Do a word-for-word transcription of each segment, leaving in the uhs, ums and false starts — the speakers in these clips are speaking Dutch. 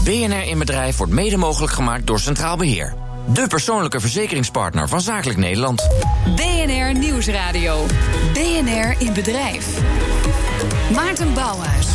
B N R in Bedrijf wordt mede mogelijk gemaakt door Centraal Beheer. De persoonlijke verzekeringspartner van Zakelijk Nederland. B N R Nieuwsradio. B N R in Bedrijf. Maarten Bouwhuis.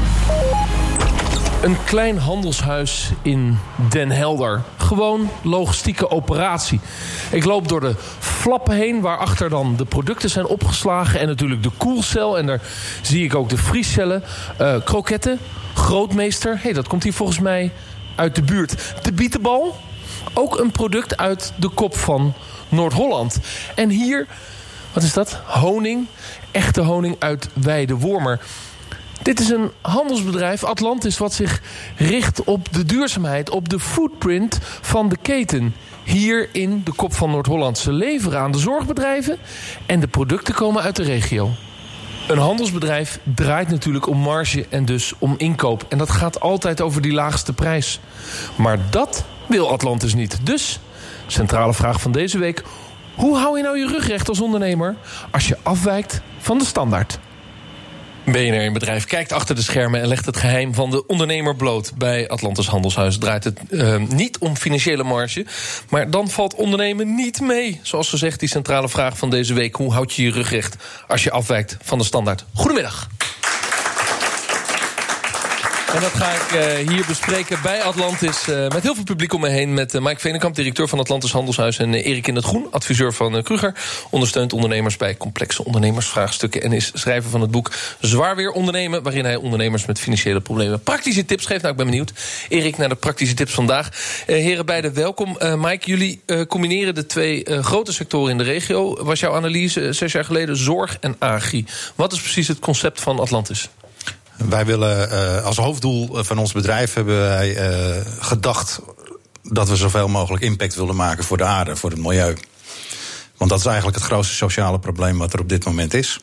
Een klein handelshuis in Den Helder. Gewoon logistieke operatie. Ik loop door de flappen heen, waarachter dan de producten zijn opgeslagen. En natuurlijk de koelcel. En daar zie ik ook de vriescellen. Uh, kroketten, Grootmeester. Hé, hey, dat komt hier volgens mij uit de buurt. De bietenbal. Ook een product uit de kop van Noord-Holland. En hier, wat is dat? Honing. Echte honing uit Weidewormer. Dit is een handelsbedrijf, Atlantis, wat zich richt op de duurzaamheid, op de footprint van de keten. Hier in de kop van Noord-Holland. Ze leveren aan de zorgbedrijven en de producten komen uit de regio. Een handelsbedrijf draait natuurlijk om marge en dus om inkoop. En dat gaat altijd over die laagste prijs. Maar dat wil Atlantis niet. Dus, centrale vraag van deze week: hoe hou je nou je rug recht als ondernemer als je afwijkt van de standaard? B N R in Bedrijf kijkt achter de schermen en legt het geheim van de ondernemer bloot. Bij Atlantis Handelshuis draait het uh, niet om financiële marge, maar dan valt ondernemen niet mee. Zoals gezegd, die centrale vraag van deze week: hoe houd je je rug recht als je afwijkt van de standaard? Goedemiddag. En dat ga ik uh, hier bespreken bij Atlantis. Uh, met heel veel publiek om me heen. Met uh, Mike Veenenkamp, directeur van Atlantis Handelshuis. En uh, Erik in het Groen, adviseur van uh, Kruger. Ondersteunt ondernemers bij complexe ondernemersvraagstukken. En is schrijver van het boek Zwaar Weer Ondernemen. Waarin hij ondernemers met financiële problemen praktische tips geeft. Nou, ik ben benieuwd. Erik, naar de praktische tips vandaag. Uh, heren beiden, welkom. Uh, Mike, jullie uh, combineren de twee uh, grote sectoren in de regio. Was jouw analyse uh, zes jaar geleden zorg en agri. Wat is precies het concept van Atlantis? Wij willen uh, als hoofddoel van ons bedrijf hebben wij uh, gedacht dat we zoveel mogelijk impact willen maken voor de aarde, voor het milieu. Want dat is eigenlijk het grootste sociale probleem wat er op dit moment is.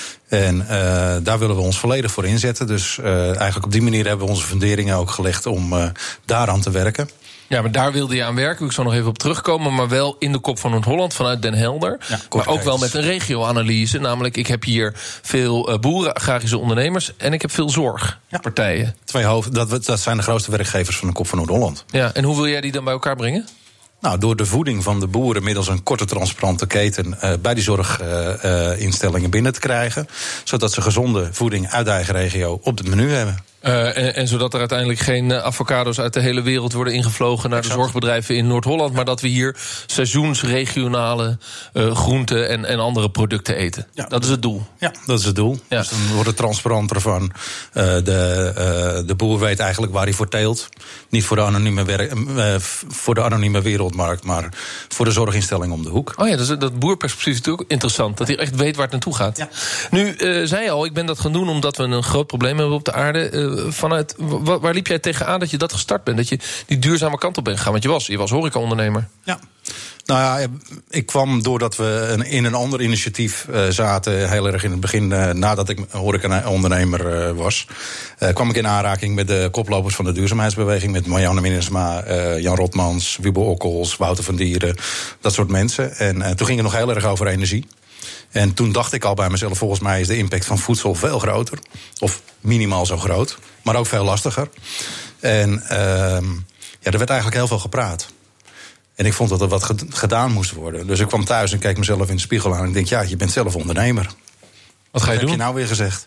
En uh, daar willen we ons volledig voor inzetten. Dus uh, eigenlijk op die manier hebben we onze funderingen ook gelegd om uh, daaraan te werken. Ja, maar daar wilde je aan werken. Ik zal nog even op terugkomen. Maar wel in de kop van Noord-Holland, vanuit Den Helder. Ja, maar ook wel met een regio-analyse. Namelijk, ik heb hier veel uh, boeren, agrarische ondernemers. En ik heb veel zorgpartijen. Ja. Twee hoofd, dat, dat zijn de grootste werkgevers van de kop van Noord-Holland. Ja, en hoe wil jij die dan bij elkaar brengen? Nou, door de voeding van de boeren middels een korte transparante keten uh, bij die zorginstellingen uh, uh, binnen te krijgen. Zodat ze gezonde voeding uit de eigen regio op het menu hebben. Uh, en, en zodat er uiteindelijk geen uh, avocado's uit de hele wereld worden ingevlogen naar exact. de zorgbedrijven in Noord-Holland. Maar dat we hier seizoensregionale uh, groenten en, en andere producten eten. Ja, dat is het doel. Ja, dat is het doel. Ja. Dus dan wordt het transparanter van. Uh, de, uh, de boer weet eigenlijk waar hij voor teelt. Niet voor de anonieme, werk, uh, voor de anonieme wereldmarkt, maar voor de zorginstelling om de hoek. Oh ja, dus dat boerperspectief is natuurlijk ook interessant. Dat hij echt weet waar het naartoe gaat. Ja. Nu, uh, zei je al, ik ben dat gaan doen omdat we een groot probleem hebben op de aarde. Uh, Vanuit, waar liep jij tegenaan dat je dat gestart bent? Dat je die duurzame kant op bent gegaan? Want je was, je was horecaondernemer. Ja. Nou ja, ik kwam doordat we in een ander initiatief uh, zaten, heel erg in het begin, uh, nadat ik horecaondernemer uh, was, uh, kwam ik in aanraking met de koplopers van de duurzaamheidsbeweging, met Marianne Minnesma, uh, Jan Rotmans, Wiebo Okkels, Wouter van Dieren, dat soort mensen. En uh, toen ging het nog heel erg over energie. En toen dacht ik al bij mezelf, volgens mij is de impact van voedsel veel groter. Of minimaal zo groot, maar ook veel lastiger. En uh, ja, er werd eigenlijk heel veel gepraat. En ik vond dat er wat gedaan moest worden. Dus ik kwam thuis en keek mezelf in de spiegel aan en ik denk, ja, je bent zelf ondernemer. Wat ga je wat doen? Heb je nou weer gezegd?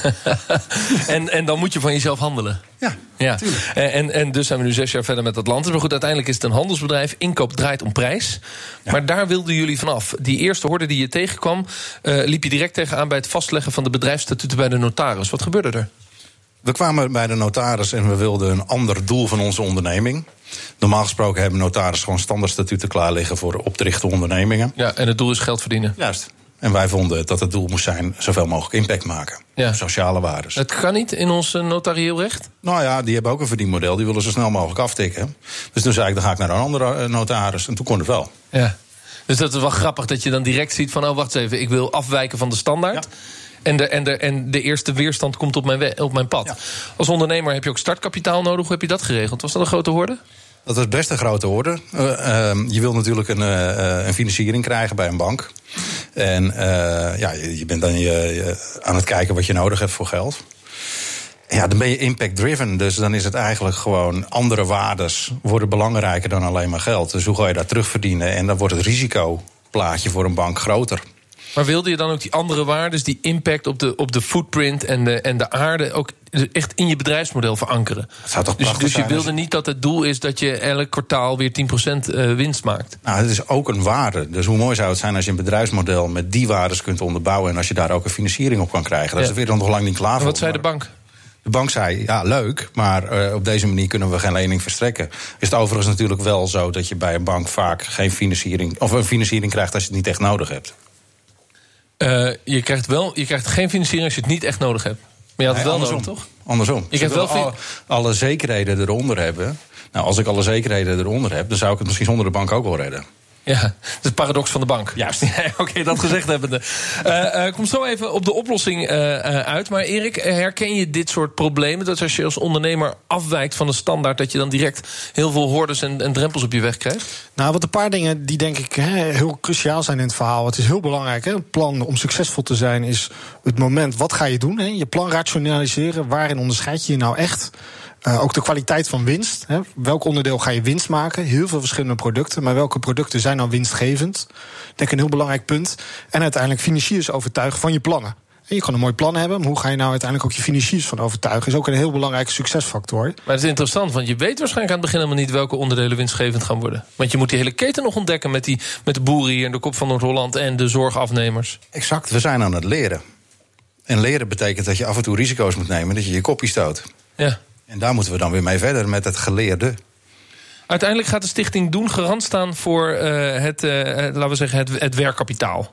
en, en dan moet je van jezelf handelen. Ja, ja. En, en dus zijn we nu zes jaar verder met Atlantis. Maar goed, uiteindelijk is het een handelsbedrijf. Inkoop draait om prijs. Ja. Maar daar wilden jullie vanaf. Die eerste horde die je tegenkwam, uh, liep je direct tegenaan bij het vastleggen van de bedrijfsstatuten bij de notaris. Wat gebeurde er? We kwamen bij de notaris en we wilden een ander doel van onze onderneming. Normaal gesproken hebben notaris gewoon standaard statuten klaar liggen voor op te richten ondernemingen. Ja, en het doel is geld verdienen. Juist. En wij vonden dat het doel moest zijn zoveel mogelijk impact maken. Ja. Sociale waardes. Het kan niet in ons notarieel recht? Nou ja, die hebben ook een verdienmodel. Die willen zo snel mogelijk aftikken. Dus toen zei ik, dan ga ik naar een andere notaris. En toen kon het wel. Ja. Dus dat is wel grappig dat je dan direct ziet van, oh wacht eens even, ik wil afwijken van de standaard. Ja. En de, en, de, en de eerste weerstand komt op mijn, we, op mijn pad. Ja. Als ondernemer heb je ook startkapitaal nodig. Hoe heb je dat geregeld? Was dat een grote horde? Dat was best een grote orde. Uh, uh, je wil natuurlijk een, uh, een financiering krijgen bij een bank. En uh, ja, je bent dan je, je aan het kijken wat je nodig hebt voor geld. Ja, dan ben je impact-driven. Dus dan is het eigenlijk gewoon andere waardes worden belangrijker dan alleen maar geld. Dus hoe ga je dat terugverdienen? En dan wordt het risicoplaatje voor een bank groter. Maar wilde je dan ook die andere waarden, die impact op de, op de footprint en de, en de aarde, ook echt in je bedrijfsmodel verankeren? Dat zou toch dus prachtig dus je zijn wilde niet dat het doel is dat je elk kwartaal weer tien procent winst maakt? Nou, het is ook een waarde. Dus hoe mooi zou het zijn als je een bedrijfsmodel met die waardes kunt onderbouwen en als je daar ook een financiering op kan krijgen. Dat ja. is weer nog lang niet klaar voor. En wat zei maar de bank? De bank zei, ja, leuk, maar uh, op deze manier kunnen we geen lening verstrekken. Is het overigens natuurlijk wel zo dat je bij een bank vaak geen financiering, of een financiering krijgt als je het niet echt nodig hebt. Uh, je, krijgt wel, je krijgt geen financiering als je het niet echt nodig hebt. Maar je had het nee, wel andersom, nodig, toch? Andersom. Je krijgt wel alle, alle zekerheden eronder hebben. Nou, als ik alle zekerheden eronder heb, dan zou ik het misschien zonder de bank ook wel redden. Ja, dat is het paradox van de bank. Juist. Ja, Oké, okay, dat gezegd hebbende. Uh, uh, kom zo even op de oplossing uh, uh, uit. Maar Erik, herken je dit soort problemen? Dat als je als ondernemer afwijkt van de standaard, dat je dan direct heel veel hordes en, en drempels op je weg krijgt? Nou, wat een paar dingen die denk ik he, heel cruciaal zijn in het verhaal. Het is heel belangrijk. Hè? Een plan om succesvol te zijn is het moment, wat ga je doen? Hè? Je plan rationaliseren. Waarin onderscheid je je nou echt? Uh, ook de kwaliteit van winst. Hè. Welk onderdeel ga je winst maken? Heel veel verschillende producten. Maar welke producten zijn nou winstgevend? Denk een heel belangrijk punt. En uiteindelijk financiers overtuigen van je plannen. En je kan een mooi plan hebben, maar hoe ga je nou uiteindelijk ook je financiers van overtuigen? Is ook een heel belangrijke succesfactor. Maar het is interessant, want je weet waarschijnlijk aan het begin helemaal niet welke onderdelen winstgevend gaan worden. Want je moet die hele keten nog ontdekken met, die, met de boeren hier in de kop van Noord-Holland en de zorgafnemers. Exact, we zijn aan het leren. En leren betekent dat je af en toe risico's moet nemen, dat je je kopje stoot. Ja. En daar moeten we dan weer mee verder met het geleerde. Uiteindelijk gaat de stichting Doen garant staan voor uh, het, uh, laten we zeggen, het, het werkkapitaal.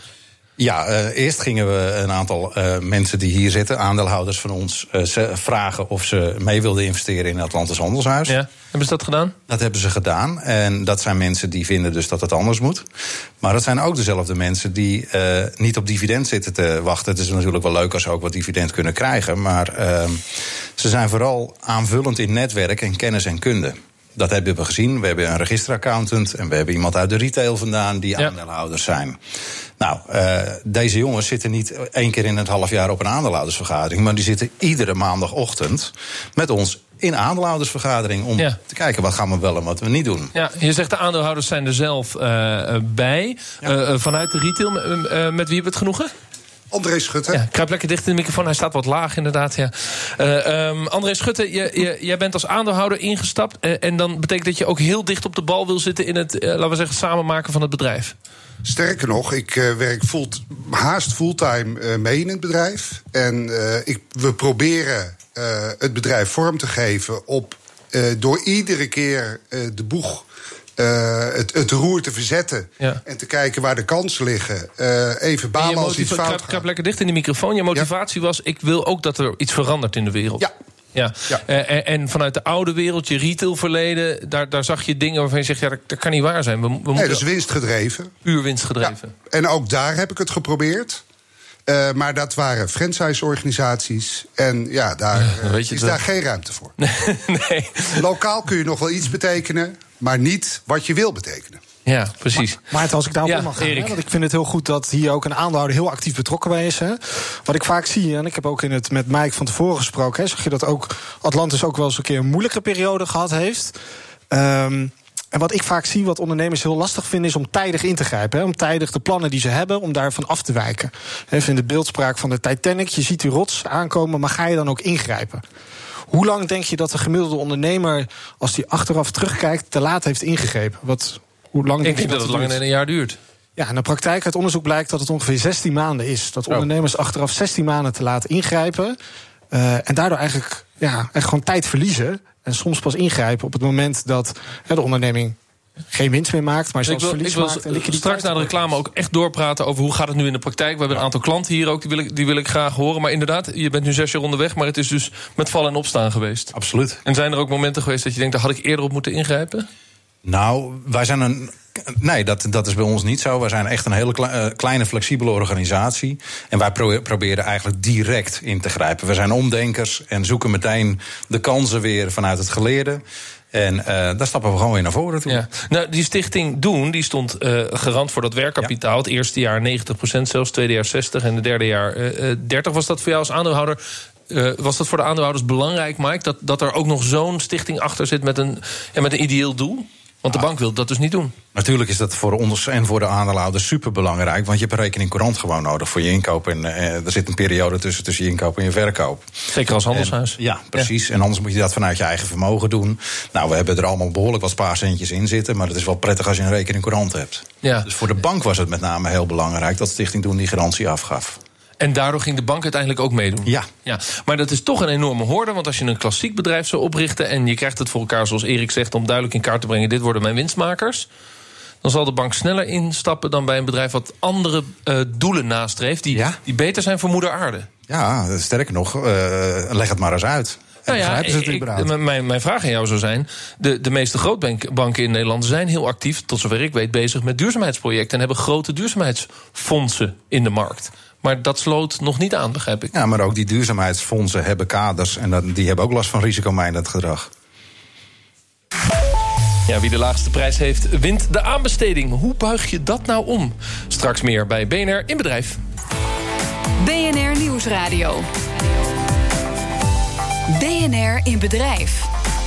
Ja, uh, eerst gingen we een aantal uh, mensen die hier zitten, aandeelhouders van ons, uh, vragen of ze mee wilden investeren in het Atlantis Handelshuis. Ja. Hebben ze dat gedaan? Dat hebben ze gedaan. En dat zijn mensen die vinden dus dat het anders moet. Maar dat zijn ook dezelfde mensen die uh, niet op dividend zitten te wachten. Het is natuurlijk wel leuk als ze ook wat dividend kunnen krijgen. Maar uh, ze zijn vooral aanvullend in netwerk en kennis en kunde. Dat hebben we gezien. We hebben een registeraccountant en we hebben iemand uit de retail vandaan die ja. aandeelhouders zijn. Nou, uh, deze jongens zitten niet één keer in het half jaar op een aandeelhoudersvergadering, maar die zitten iedere maandagochtend met ons in aandeelhoudersvergadering om ja. te kijken wat gaan we wel en wat we niet doen. Ja, je zegt de aandeelhouders zijn er zelf uh, bij. Ja. Uh, vanuit de retail, uh, uh, met wie hebben we het genoegen? André Schutte. Ja, kruip lekker dicht in de microfoon. Hij staat wat laag, inderdaad. Ja. Uh, um, André Schutte, je, je, jij bent als aandeelhouder ingestapt. Uh, en dan betekent dat je ook heel dicht op de bal wil zitten in het, uh, laten we zeggen, samenmaken van het bedrijf. Sterker nog, ik uh, werk full, haast fulltime uh, mee in het bedrijf. En uh, ik, we proberen uh, het bedrijf vorm te geven op uh, door iedere keer uh, de boeg. Uh, het, het roer te verzetten ja. en te kijken waar de kansen liggen. Uh, even balen als iets fout gaat. Krap lekker dicht in de microfoon. Je motivatie ja. was, ik wil ook dat er iets verandert in de wereld. Ja. Ja. Ja. Uh, en, en vanuit de oude wereld, je retailverleden, daar, daar zag je dingen waarvan je zegt, ja, dat, dat kan niet waar zijn. We, we nee, dat is winstgedreven. Puur winstgedreven. Ja. En ook daar heb ik het geprobeerd. Uh, maar dat waren franchise-organisaties. En ja, daar ja, weet je is daar geen ruimte voor. Nee, nee. Lokaal kun je nog wel iets betekenen, maar niet wat je wil betekenen. Ja, precies. Maar, maar als ik daarop ja, mag gaan, hè, want ik vind het heel goed dat hier ook een aandeelhouder heel actief betrokken bij is. Hè. Wat ik vaak zie, en ik heb ook in het met Mike van tevoren gesproken, hè, zag je dat ook Atlantis ook wel eens een keer een moeilijke periode gehad heeft. Um, En wat ik vaak zie, wat ondernemers heel lastig vinden, is om tijdig in te grijpen. Hè, om tijdig de plannen die ze hebben, om daarvan af te wijken. Even in de beeldspraak van de Titanic, je ziet die rots aankomen, maar ga je dan ook ingrijpen? Hoe lang denk je dat de gemiddelde ondernemer, als die achteraf terugkijkt, te laat heeft ingegrepen? Wat, hoe lang ik denk denk dat, dat het langer dan een jaar duurt. Ja, in de praktijk, uit onderzoek blijkt dat het ongeveer zestien maanden is. Dat ondernemers achteraf zestien maanden te laat ingrijpen. Uh, en daardoor eigenlijk ja, echt gewoon tijd verliezen. En soms pas ingrijpen op het moment dat ja, de onderneming geen winst meer maakt, maar zelfs ik wil, verlies ik wil maakt. En liquiditeit straks na de reclame ook echt doorpraten over hoe gaat het nu in de praktijk. We hebben een aantal klanten hier ook, die wil ik, die wil ik graag horen. Maar inderdaad, je bent nu zes jaar onderweg, maar het is dus met vallen en opstaan geweest. Absoluut. En zijn er ook momenten geweest dat je denkt, daar had ik eerder op moeten ingrijpen? Nou, wij zijn een... Nee, dat, dat is bij ons niet zo. Wij zijn echt een hele kle- kleine, flexibele organisatie. En wij pro- proberen eigenlijk direct in te grijpen. We zijn omdenkers en zoeken meteen de kansen weer vanuit het geleerde. En uh, daar stappen we gewoon weer naar voren toe. Ja. Nou, die stichting Doen, die stond uh, garant voor dat werkkapitaal. Ja. Het eerste jaar negentig procent zelfs, het tweede jaar zestig en het derde jaar uh, dertig. Was dat voor jou als aandeelhouder Uh, was dat voor de aandeelhouders belangrijk, Mike, dat, dat er ook nog zo'n stichting achter zit met een, ja, met een ideeel doel? Want de bank wil dat dus niet doen. Natuurlijk is dat voor ons en voor de aandeelhouders superbelangrijk. Want je hebt een rekening courant gewoon nodig voor je inkoop. En uh, er zit een periode tussen, tussen je inkoop en je verkoop. Zeker als handelshuis. En, ja, precies. Ja. En anders moet je dat vanuit je eigen vermogen doen. Nou, we hebben er allemaal behoorlijk wat spaarcentjes in zitten. Maar het is wel prettig als je een rekening courant hebt. Ja. Dus voor de bank was het met name heel belangrijk dat Stichting Doen die garantie afgaf. En daardoor ging de bank uiteindelijk ook meedoen. Ja. ja. Maar dat is toch een enorme hoorde. Want als je een klassiek bedrijf zou oprichten en je krijgt het voor elkaar, zoals Erik zegt, om duidelijk in kaart te brengen, dit worden mijn winstmakers, dan zal de bank sneller instappen dan bij een bedrijf wat andere uh, doelen nastreeft, die, ja? die beter zijn voor moeder aarde. Ja, sterker nog, uh, leg het maar eens uit. Nou ja, ik, mijn, mijn vraag aan jou zou zijn, de, de meeste grootbanken in Nederland zijn heel actief, tot zover ik weet, bezig met duurzaamheidsprojecten en hebben grote duurzaamheidsfondsen in de markt. Maar dat sloot nog niet aan, begrijp ik. Ja, maar ook die duurzaamheidsfondsen hebben kaders en die hebben ook last van risicomijdend gedrag. Ja, wie de laagste prijs heeft, wint de aanbesteding. Hoe buig je dat nou om? Straks meer bij B N R in Bedrijf. B N R Nieuwsradio. B N R in Bedrijf.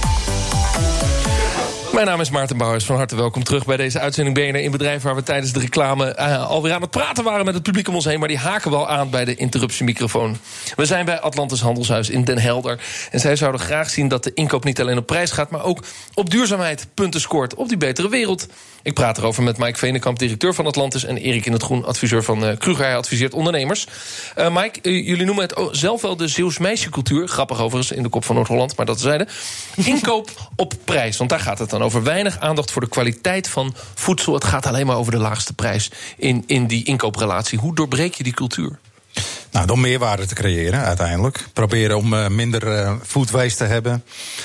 Mijn naam is Maarten Bouwers, van harte welkom terug bij deze uitzending B N R in Bedrijf, waar we tijdens de reclame uh, alweer aan het praten waren met het publiek om ons heen, maar die haken wel aan bij de interruptiemicrofoon. We zijn bij Atlantis Handelshuis in Den Helder en zij zouden graag zien dat de inkoop niet alleen op prijs gaat, maar ook op duurzaamheid punten scoort, op die betere wereld. Ik praat erover met Mike Veenenkamp, directeur van Atlantis, en Erik in het Groen, adviseur van uh, Kruger. Hij adviseert ondernemers. Uh, Mike, uh, jullie noemen het zelf wel de Zeeuws meisjecultuur. Grappig overigens, in de kop van Noord-Holland, maar dat terzijde. Inkoop op prijs, want daar gaat het dan over. Weinig aandacht voor de kwaliteit van voedsel. Het gaat alleen maar over de laagste prijs in, in die inkooprelatie. Hoe doorbreek je die cultuur? Nou, door meerwaarde te creëren uiteindelijk. Proberen om uh, minder uh, food waste te hebben.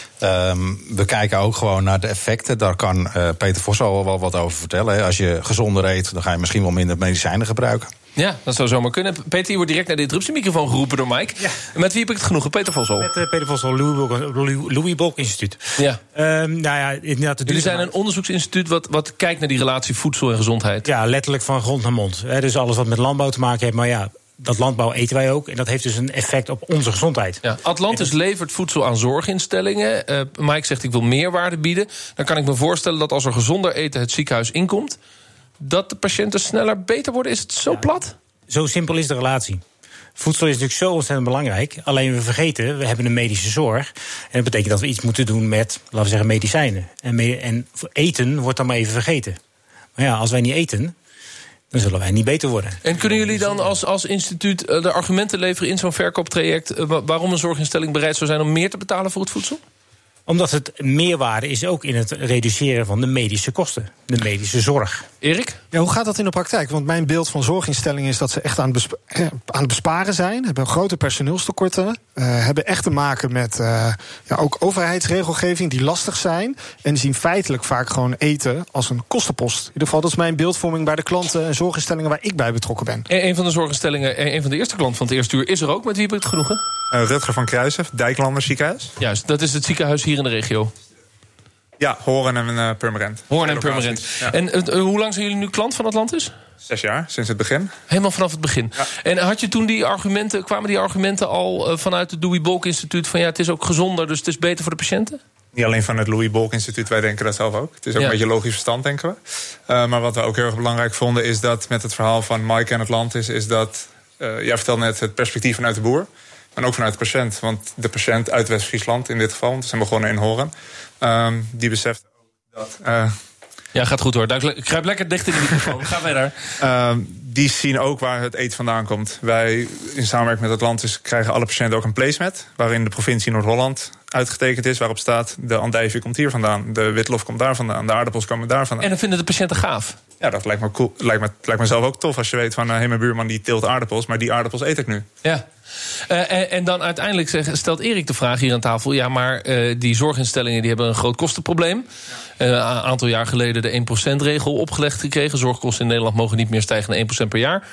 Um, we kijken ook gewoon naar de effecten. Daar kan uh, Peter Vos al wel wat over vertellen. Hè. Als je gezonder eet, dan ga je misschien wel minder medicijnen gebruiken. Ja, dat zou zomaar kunnen. Peter, je wordt direct naar de interruptiemicrofoon geroepen door Mike. Ja. Met wie heb ik het genoegen? Peter Vos al? Met uh, Peter Vos al, Louis Bolk Instituut. Ja. Um, nou ja, inderdaad, Jullie zijn een onderzoeksinstituut wat, wat kijkt naar die relatie voedsel en gezondheid. Ja, letterlijk van grond naar mond. He, dus alles wat met landbouw te maken heeft, maar ja, dat landbouw eten wij ook. En dat heeft dus een effect op onze gezondheid. Ja, Atlantis dat levert voedsel aan zorginstellingen. Uh, Mike zegt, ik wil meerwaarde bieden. Dan kan ik me voorstellen dat als er gezonder eten het ziekenhuis inkomt, dat de patiënten sneller beter worden. Is het zo ja, plat? Zo simpel is de relatie. Voedsel is natuurlijk zo ontzettend belangrijk. Alleen we vergeten, we hebben een medische zorg. En dat betekent dat we iets moeten doen met, laten we zeggen, medicijnen. En, me- en eten wordt dan maar even vergeten. Maar ja, als wij niet eten, dan zullen wij niet beter worden. En kunnen jullie dan als, als instituut de argumenten leveren in zo'n verkooptraject waarom een zorginstelling bereid zou zijn om meer te betalen voor het voedsel? Omdat het meerwaarde is ook in het reduceren van de medische kosten. De medische zorg. Erik? Ja, hoe gaat dat in de praktijk? Want mijn beeld van zorginstellingen is dat ze echt aan het, besp- eh, aan het besparen zijn. Hebben grote personeelstekorten. Uh, hebben echt te maken met uh, ja, ook overheidsregelgeving die lastig zijn. En zien feitelijk vaak gewoon eten als een kostenpost. In ieder geval, dat is mijn beeldvorming bij de klanten en zorginstellingen waar ik bij betrokken ben. En een van de zorginstellingen, een van de eerste klanten van het eerste uur is er ook. Met wie heb ik het genoegen? Uh, Rutger van Kruijsen, Dijklanders ziekenhuis. Juist, dat is het ziekenhuis hier in de regio. Ja, Hoorn en uh, Purmerend. Hoorn en Purmerend. Ja. En uh, hoe lang zijn jullie nu klant van Atlantis? Zes jaar, sinds het begin. Helemaal vanaf het begin. Ja. En had je toen die argumenten, kwamen die argumenten al uh, vanuit het Louis Bolk Instituut van ja, het is ook gezonder, dus het is beter voor de patiënten? Niet alleen van het Louis Bolk Instituut, wij denken dat zelf ook. Het is ook ja. een beetje logisch verstand, denken we. Uh, maar wat we ook heel erg belangrijk vonden is dat met het verhaal van Mike en Atlantis is dat, uh, jij vertelde net het perspectief vanuit de boer, maar ook vanuit de patiënt. Want de patiënt uit West-Friesland in dit geval, want we zijn begonnen in Hoorn, um, die beseft ook dat. Uh, Ja, gaat goed hoor. Ik kruip lekker dicht in de microfoon. Ga verder. Uh, die zien ook waar het eten vandaan komt. Wij, in samenwerking met Atlantis, krijgen alle patiënten ook een placemat, waarin de provincie Noord-Holland uitgetekend is, waarop staat de andijvie komt hier vandaan, de witlof komt daar vandaan, de aardappels komen daar vandaan. En dan vinden de patiënten gaaf? Ja, dat lijkt me, cool. lijkt me, lijkt me zelf ook tof als je weet van, hé, hey, mijn buurman die teelt aardappels, maar die aardappels eet ik nu. Ja. Uh, en, en dan uiteindelijk zeg, stelt Erik de vraag hier aan tafel, ja, maar uh, die zorginstellingen die hebben een groot kostenprobleem. Uh, een aantal jaar geleden de één procent regel opgelegd gekregen. Zorgkosten in Nederland mogen niet meer stijgen dan één procent per jaar.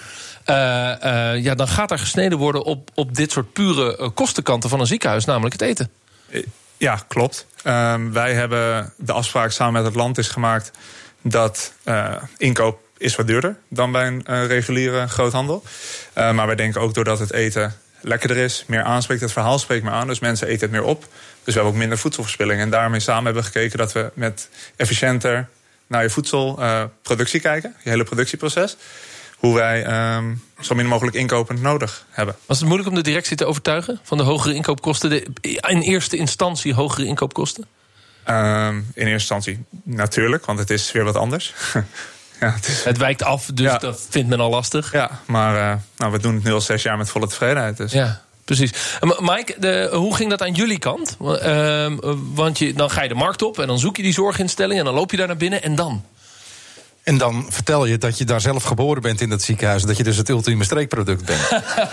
Uh, uh, ja, dan gaat er gesneden worden op, op dit soort pure uh, kostenkanten van een ziekenhuis, namelijk het eten. Ja, klopt. Uh, wij hebben de afspraak samen met Atlantis gemaakt dat uh, inkoop is wat duurder dan bij een uh, reguliere groothandel. Uh, maar wij denken ook doordat het eten lekkerder is, meer aanspreekt. Het verhaal spreekt meer aan, dus mensen eten het meer op. Dus we hebben ook minder voedselverspilling. En daarmee samen hebben we gekeken dat we met efficiënter naar je voedselproductie uh, kijken. Je hele productieproces. Hoe wij um, zo min mogelijk inkopen nodig hebben. Was het moeilijk om de directie te overtuigen van de hogere inkoopkosten? De, in eerste instantie hogere inkoopkosten? Um, in eerste instantie natuurlijk, want het is weer wat anders. Ja, het, is... het wijkt af, dus ja. Dat vindt men al lastig. Ja, maar uh, nou, we doen het nu al zes jaar met volle tevredenheid. Dus. Ja, precies. Mike, de, hoe ging dat aan jullie kant? Uh, want je, dan ga je de markt op en dan zoek je die zorginstelling en dan loop je daar naar binnen en dan? En dan vertel je dat je daar zelf geboren bent in dat ziekenhuis. Dat je dus het ultieme streekproduct bent.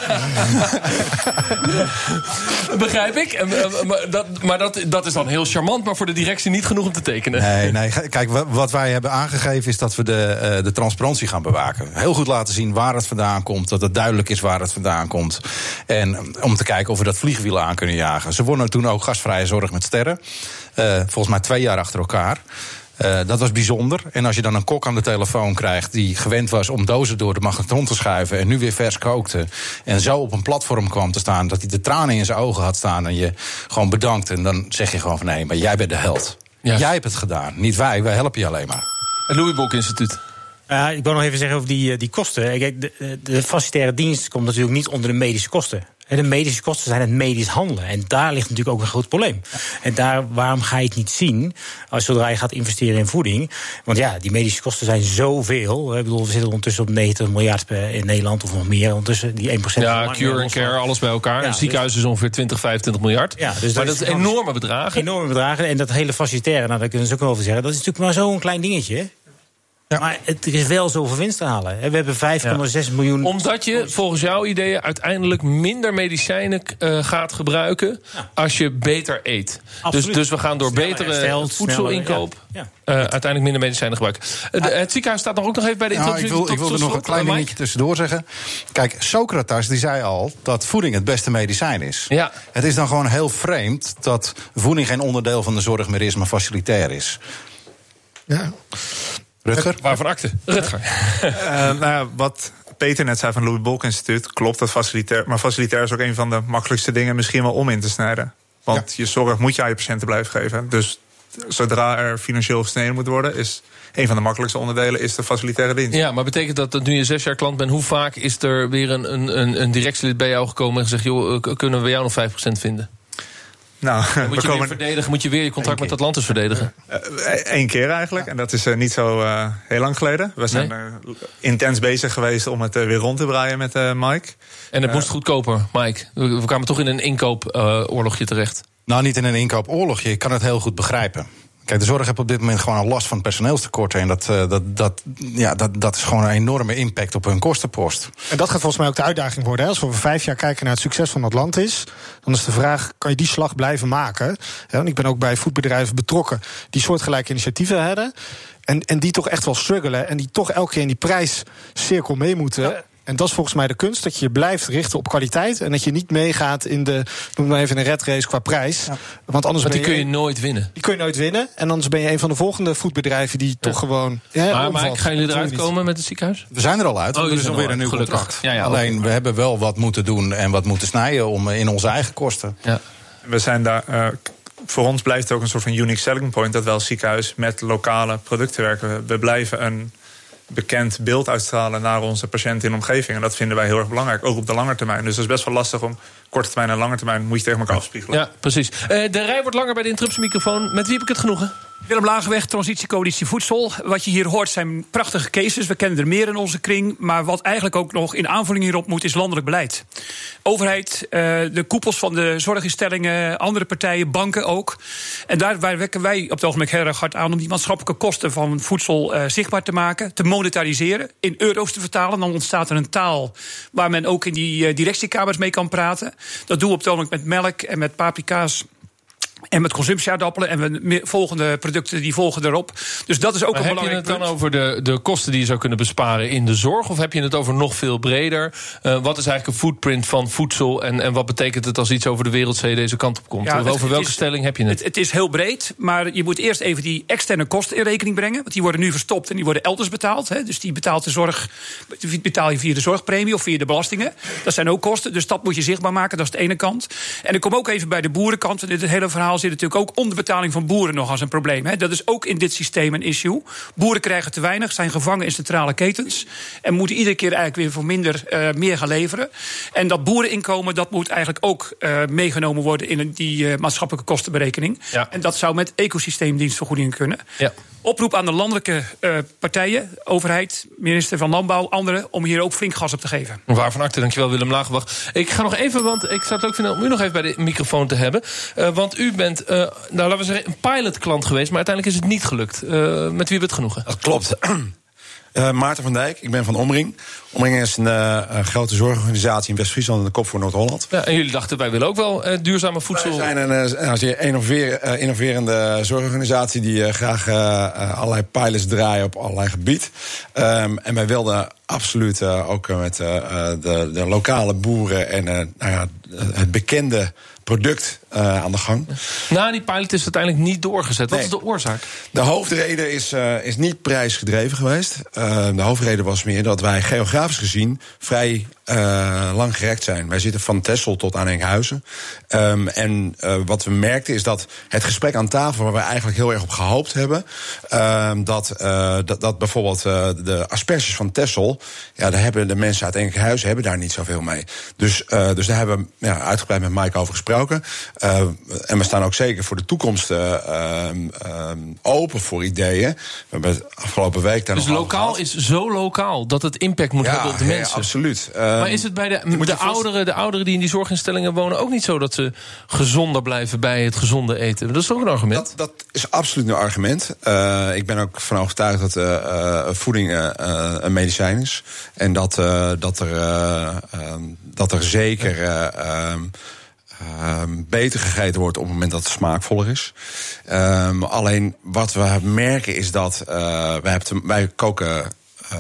Begrijp ik. Maar, dat, maar dat, dat is dan heel charmant, maar voor de directie niet genoeg om te tekenen. Nee, nee. Kijk, wat wij hebben aangegeven is dat we de, uh, de transparantie gaan bewaken. Heel goed laten zien waar het vandaan komt. Dat het duidelijk is waar het vandaan komt. En om te kijken of we dat vliegwiel aan kunnen jagen. Ze wonnen toen ook gastvrije zorg met sterren. Uh, volgens mij twee jaar achter elkaar. Uh, dat was bijzonder. En als je dan een kok aan de telefoon krijgt die gewend was om dozen door de magnetron te schuiven en nu weer vers kookte en zo op een platform kwam te staan dat hij de tranen in zijn ogen had staan en je gewoon bedankt. En dan zeg je gewoon van nee, maar jij bent de held. Ja. Jij hebt het gedaan, niet wij. Wij helpen je alleen maar. Het Louis Bolk Instituut. Uh, ik wil nog even zeggen over die, die kosten. Kijk, de, de facilitaire dienst komt natuurlijk niet onder de medische kosten. De medische kosten zijn het medisch handelen. En daar ligt natuurlijk ook een groot probleem. En daar, waarom ga je het niet zien als zodra je gaat investeren in voeding? Want ja, die medische kosten zijn zoveel. Ik bedoel, we zitten ondertussen op negentig miljard in Nederland of nog meer. Ondertussen die één procent. Ja, cure en care, alles bij elkaar. Ja, een ziekenhuis dus is ongeveer twintig, vijfentwintig miljard. Ja, dus maar dat is enorme bedragen. Enorme bedragen. En dat hele facilitaire, nou, daar kunnen ze ook wel over zeggen. Dat is natuurlijk maar zo'n klein dingetje. Ja. Maar het is wel zoveel winst te halen. We hebben vijf komma zes ja. miljoen... Omdat je volgens jouw ideeën uiteindelijk minder medicijnen uh, gaat gebruiken ja. als je beter eet. Dus, dus we gaan door sneller, betere hersteld, voedselinkoop ja. Ja. Uh, uiteindelijk minder medicijnen gebruiken. Uh, de, het ziekenhuis staat nog ook nog even bij de introductie. Nou, ik wil, ik wil er nog een klein dingetje tussendoor zeggen. Kijk, Socrates die zei al dat voeding het beste medicijn is. Ja. Het is dan gewoon heel vreemd dat voeding geen onderdeel van de zorg meer is, maar facilitair is. Ja. Rutger? Waarvan akte? Rutger. Uh, nou ja, wat Peter net zei van het Louis Bolk Instituut, klopt dat facilitair. Maar facilitair is ook een van de makkelijkste dingen misschien wel om in te snijden. Want ja. je zorg moet je aan je patiënten blijven geven. Dus zodra er financieel gesneden moet worden, is een van de makkelijkste onderdelen is de facilitaire dienst. Ja, maar betekent dat dat nu je zes jaar klant bent, hoe vaak is er weer een, een, een directielid bij jou gekomen en gezegd, joh, kunnen we bij jou nog vijf procent vinden? Nou, moet je komen... weer verdedigen, moet je weer je contract met Atlantis verdedigen? Eén uh, keer eigenlijk, en dat is uh, niet zo uh, heel lang geleden. We zijn nee? uh, intens bezig geweest om het uh, weer rond te draaien met uh, Mike. En het uh, moest goedkoper, Mike. We, we kwamen toch in een inkoopoorlogje uh, terecht. Nou, niet in een inkoopoorlogje, ik kan het heel goed begrijpen. Kijk, de zorg heeft op dit moment gewoon een last van personeelstekorten. En dat, uh, dat, dat, ja, dat, dat is gewoon een enorme impact op hun kostenpost. En dat gaat volgens mij ook de uitdaging worden. Hè? Als we over vijf jaar kijken naar het succes van Atlantis, dan is de vraag, kan je die slag blijven maken? Ja, want ik ben ook bij voedbedrijven betrokken die soortgelijke initiatieven hebben. En, en die toch echt wel struggelen. En die toch elke keer in die prijscirkel mee moeten. Ja. En dat is volgens mij de kunst, dat je je blijft richten op kwaliteit. En dat je niet meegaat in de, noem maar even een red race qua prijs. Ja. Want anders Want die ben je, kun je nooit winnen. Die kun je nooit winnen. En anders ben je een van de volgende voedbedrijven die ja. toch gewoon... Ja, maar, maar gaan jullie eruit komen met het ziekenhuis? We zijn er al uit. Oh, er is alweer een nieuw gelukkig. contract. Ja, ja, Alleen, okay. we hebben wel wat moeten doen en wat moeten snijden om in onze eigen kosten. Ja. We zijn daar... Uh, voor ons blijft het ook een soort van unique selling point dat wij als ziekenhuis met lokale producten werken. We blijven een bekend beeld uitstralen naar onze patiënten in de omgeving. En dat vinden wij heel erg belangrijk, ook op de lange termijn. Dus dat is best wel lastig om korte termijn en lange termijn moet je tegen elkaar afspiegelen. Ja, precies. Uh, de rij wordt langer bij de interruptiemicrofoon. Met wie heb ik het genoegen? Willem Lageweg, Transitiecoalitie Voedsel. Wat je hier hoort zijn prachtige cases. We kennen er meer in onze kring. Maar wat eigenlijk ook nog in aanvulling hierop moet, is landelijk beleid. Overheid, uh, de koepels van de zorginstellingen, andere partijen, banken ook. En daar werken wij op het ogenblik heel erg hard aan om die maatschappelijke kosten van voedsel uh, zichtbaar te maken, te monetariseren, in euro's te vertalen. Dan ontstaat er een taal waar men ook in die uh, directiekamers mee kan praten. Dat doen we op het ogenblik met melk en met paprika's En met consumptieaardappelen en we volgende producten die volgen erop. Dus dat is ook maar een heb belangrijk je het dan punt. over de, de kosten die je zou kunnen besparen in de zorg? Of heb je het over nog veel breder? Uh, wat is eigenlijk een footprint van voedsel? En, en wat betekent het als iets over de wereldzee deze kant op komt? Ja, over het, welke het is, stelling heb je het? het? Het is heel breed, maar je moet eerst even die externe kosten in rekening brengen. Want die worden nu verstopt en die worden elders betaald. Hè. Dus die betaalt de zorg, die betaal je via de zorgpremie of via de belastingen. Dat zijn ook kosten, dus dat moet je zichtbaar maken. Dat is de ene kant. En ik kom ook even bij de boerenkant. Want in dit hele verhaal zit natuurlijk ook onderbetaling van boeren nog als een probleem. Hè. Dat is ook in dit systeem een issue. Boeren krijgen te weinig, zijn gevangen in centrale ketens en moeten iedere keer eigenlijk weer voor minder uh, meer gaan leveren. En dat boereninkomen, dat moet eigenlijk ook uh, meegenomen worden in die uh, maatschappelijke kostenberekening. Ja. En dat zou met ecosysteemdienstvergoedingen kunnen. Ja. Oproep aan de landelijke uh, partijen, overheid, minister van Landbouw, anderen, om hier ook flink gas op te geven. Waarvan acte, dankjewel Willem Lagenbach. Ik ga nog even, want ik zou het ook vinden om u nog even bij de microfoon te hebben. Uh, want u bent, uh, nou laten we zeggen, een pilotklant geweest, maar uiteindelijk is het niet gelukt. Uh, met wie hebben het genoegen? Dat klopt. Uh, Maarten van Dijk, ik ben van Omring. Omring is een uh, grote zorgorganisatie in West-Friesland en de kop voor Noord-Holland. Ja, en jullie dachten, wij willen ook wel uh, duurzame voedsel. Wij zijn een uh, als je innoveer, uh, innoverende zorgorganisatie die uh, graag uh, allerlei pilots draaien op allerlei gebied. Um, en wij wilden absoluut uh, ook met uh, de, de lokale boeren en uh, nou ja, het bekende product uh, aan de gang. Na die pilot is het uiteindelijk niet doorgezet. Wat nee. is de oorzaak? De hoofdreden is, uh, is niet prijsgedreven geweest. Uh, de hoofdreden was meer dat wij geografisch gezien vrij uh, lang gerekt zijn. Wij zitten van Texel tot aan Enkhuizen. Um, en uh, wat we merkten is dat het gesprek aan tafel, waar we eigenlijk heel erg op gehoopt hebben, uh, dat, uh, dat, dat bijvoorbeeld uh, de asperges van Texel, ja, daar hebben de mensen uit Enkhuizen hebben daar niet zoveel mee. Dus, uh, dus daar hebben we ja, uitgebreid met Mike over gesproken. Uh, en we staan ook zeker voor de toekomst uh, um, um, open voor ideeën. We hebben het afgelopen week daar dus nog lokaal gehad. is zo lokaal dat het impact moet ja, hebben op de ja, mensen. Ja, absoluut. Uh, maar is het bij de, de, ouderen, de ouderen die in die zorginstellingen wonen ook niet zo dat ze gezonder blijven bij het gezonde eten? Dat is ook een argument. Dat, dat is absoluut een argument. Uh, ik ben ook van overtuigd dat uh, uh, voeding uh, een medicijn is. En dat, uh, dat, er, uh, uh, dat er zeker Uh, um, Uh, beter gegeten wordt op het moment dat het smaakvoller is. Um, alleen wat we merken is dat uh, wij, hebben, wij koken uh,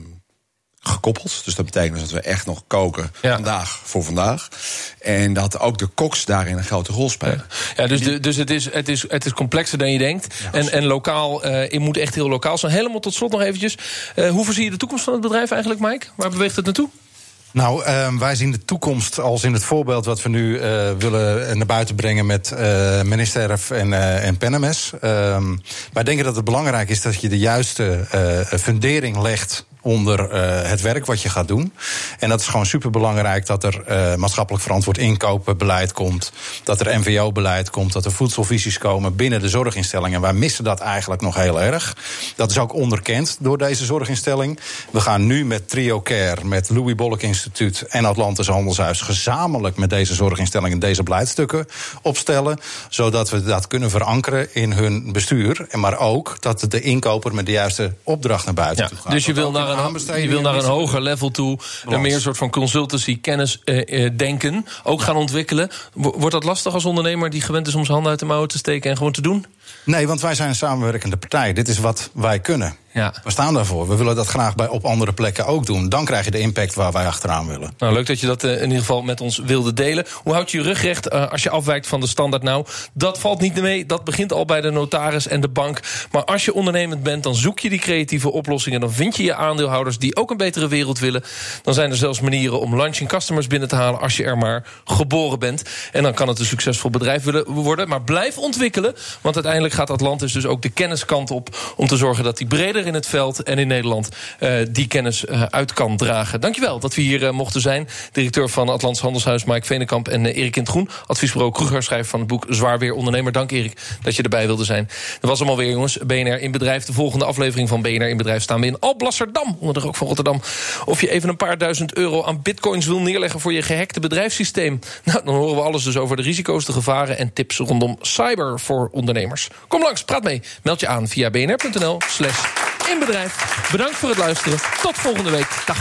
gekoppeld. Dus dat betekent dus dat we echt nog koken ja. vandaag voor vandaag. En dat ook de koks daarin een grote rol spelen. Ja, ja dus, de, dus het, is, het, is, het is complexer dan je denkt. Ja, en, en lokaal, uh, je moet echt heel lokaal zijn. Helemaal tot slot nog eventjes. Uh, hoe voorzie je de toekomst van het bedrijf eigenlijk, Mike? Waar beweegt het naartoe? Nou, uh, wij zien de toekomst als in het voorbeeld wat we nu uh, willen naar buiten brengen met uh, minister Erf en, uh, en Pennemes. Uh, wij denken dat het belangrijk is dat je de juiste uh, fundering legt onder uh, het werk wat je gaat doen. En dat is gewoon superbelangrijk dat er uh, maatschappelijk verantwoord inkopenbeleid komt, dat er N V O-beleid komt, dat er voedselvisies komen binnen de zorginstellingen. En wij missen dat eigenlijk nog heel erg. Dat is ook onderkend door deze zorginstelling. We gaan nu met Trio Care, met Louis Bolk Instituut en Atlantis Handelshuis gezamenlijk met deze zorginstellingen deze beleidstukken opstellen, zodat we dat kunnen verankeren in hun bestuur. En maar ook dat de inkoper met de juiste opdracht naar buiten ja, toe gaat. Dus je wil naar je wil naar een hoger level toe, een meer soort van consultancy, kennis, eh, eh, denken, ook gaan ontwikkelen. Wordt dat lastig als ondernemer die gewend is om zijn handen uit de mouwen te steken en gewoon te doen? Nee, want wij zijn een samenwerkende partij. Dit is wat wij kunnen. Ja. We staan daarvoor. We willen dat graag bij, op andere plekken ook doen. Dan krijg je de impact waar wij achteraan willen. Nou, leuk dat je dat uh, in ieder geval met ons wilde delen. Hoe houd je je rug recht uh, als je afwijkt van de standaard nou? Dat valt niet mee. Dat begint al bij de notaris en de bank. Maar als je ondernemend bent, dan zoek je die creatieve oplossingen. Dan vind je je aandeelhouders die ook een betere wereld willen. Dan zijn er zelfs manieren om launching customers binnen te halen als je er maar geboren bent. En dan kan het een succesvol bedrijf willen worden. Maar blijf ontwikkelen, want uiteindelijk gaat Atlantis dus ook de kenniskant op om te zorgen dat die breder in het veld en in Nederland uh, die kennis uh, uit kan dragen. Dankjewel dat we hier uh, mochten zijn. Directeur van Atlantis Handelshuis Mike Venekamp en uh, Erik in 't Groen, adviesbureau Kruger, schrijver van het boek Zwaar Weer Ondernemer. Dank Erik dat je erbij wilde zijn. Dat was allemaal weer, jongens. B N R in Bedrijf. De volgende aflevering van B N R in Bedrijf staan we in Alblasserdam, onder de rook van Rotterdam. Of je even een paar duizend euro aan bitcoins wil neerleggen voor je gehackte bedrijfssysteem. Nou, dan horen we alles dus over de risico's, de gevaren en tips rondom cyber voor ondernemers. Kom langs, praat mee. Meld je aan via bnr.nl slash in bedrijf. Bedankt voor het luisteren. Tot volgende week. Dag.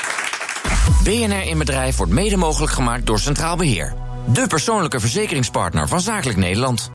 B N R in Bedrijf wordt mede mogelijk gemaakt door Centraal Beheer. De persoonlijke verzekeringspartner van Zakelijk Nederland.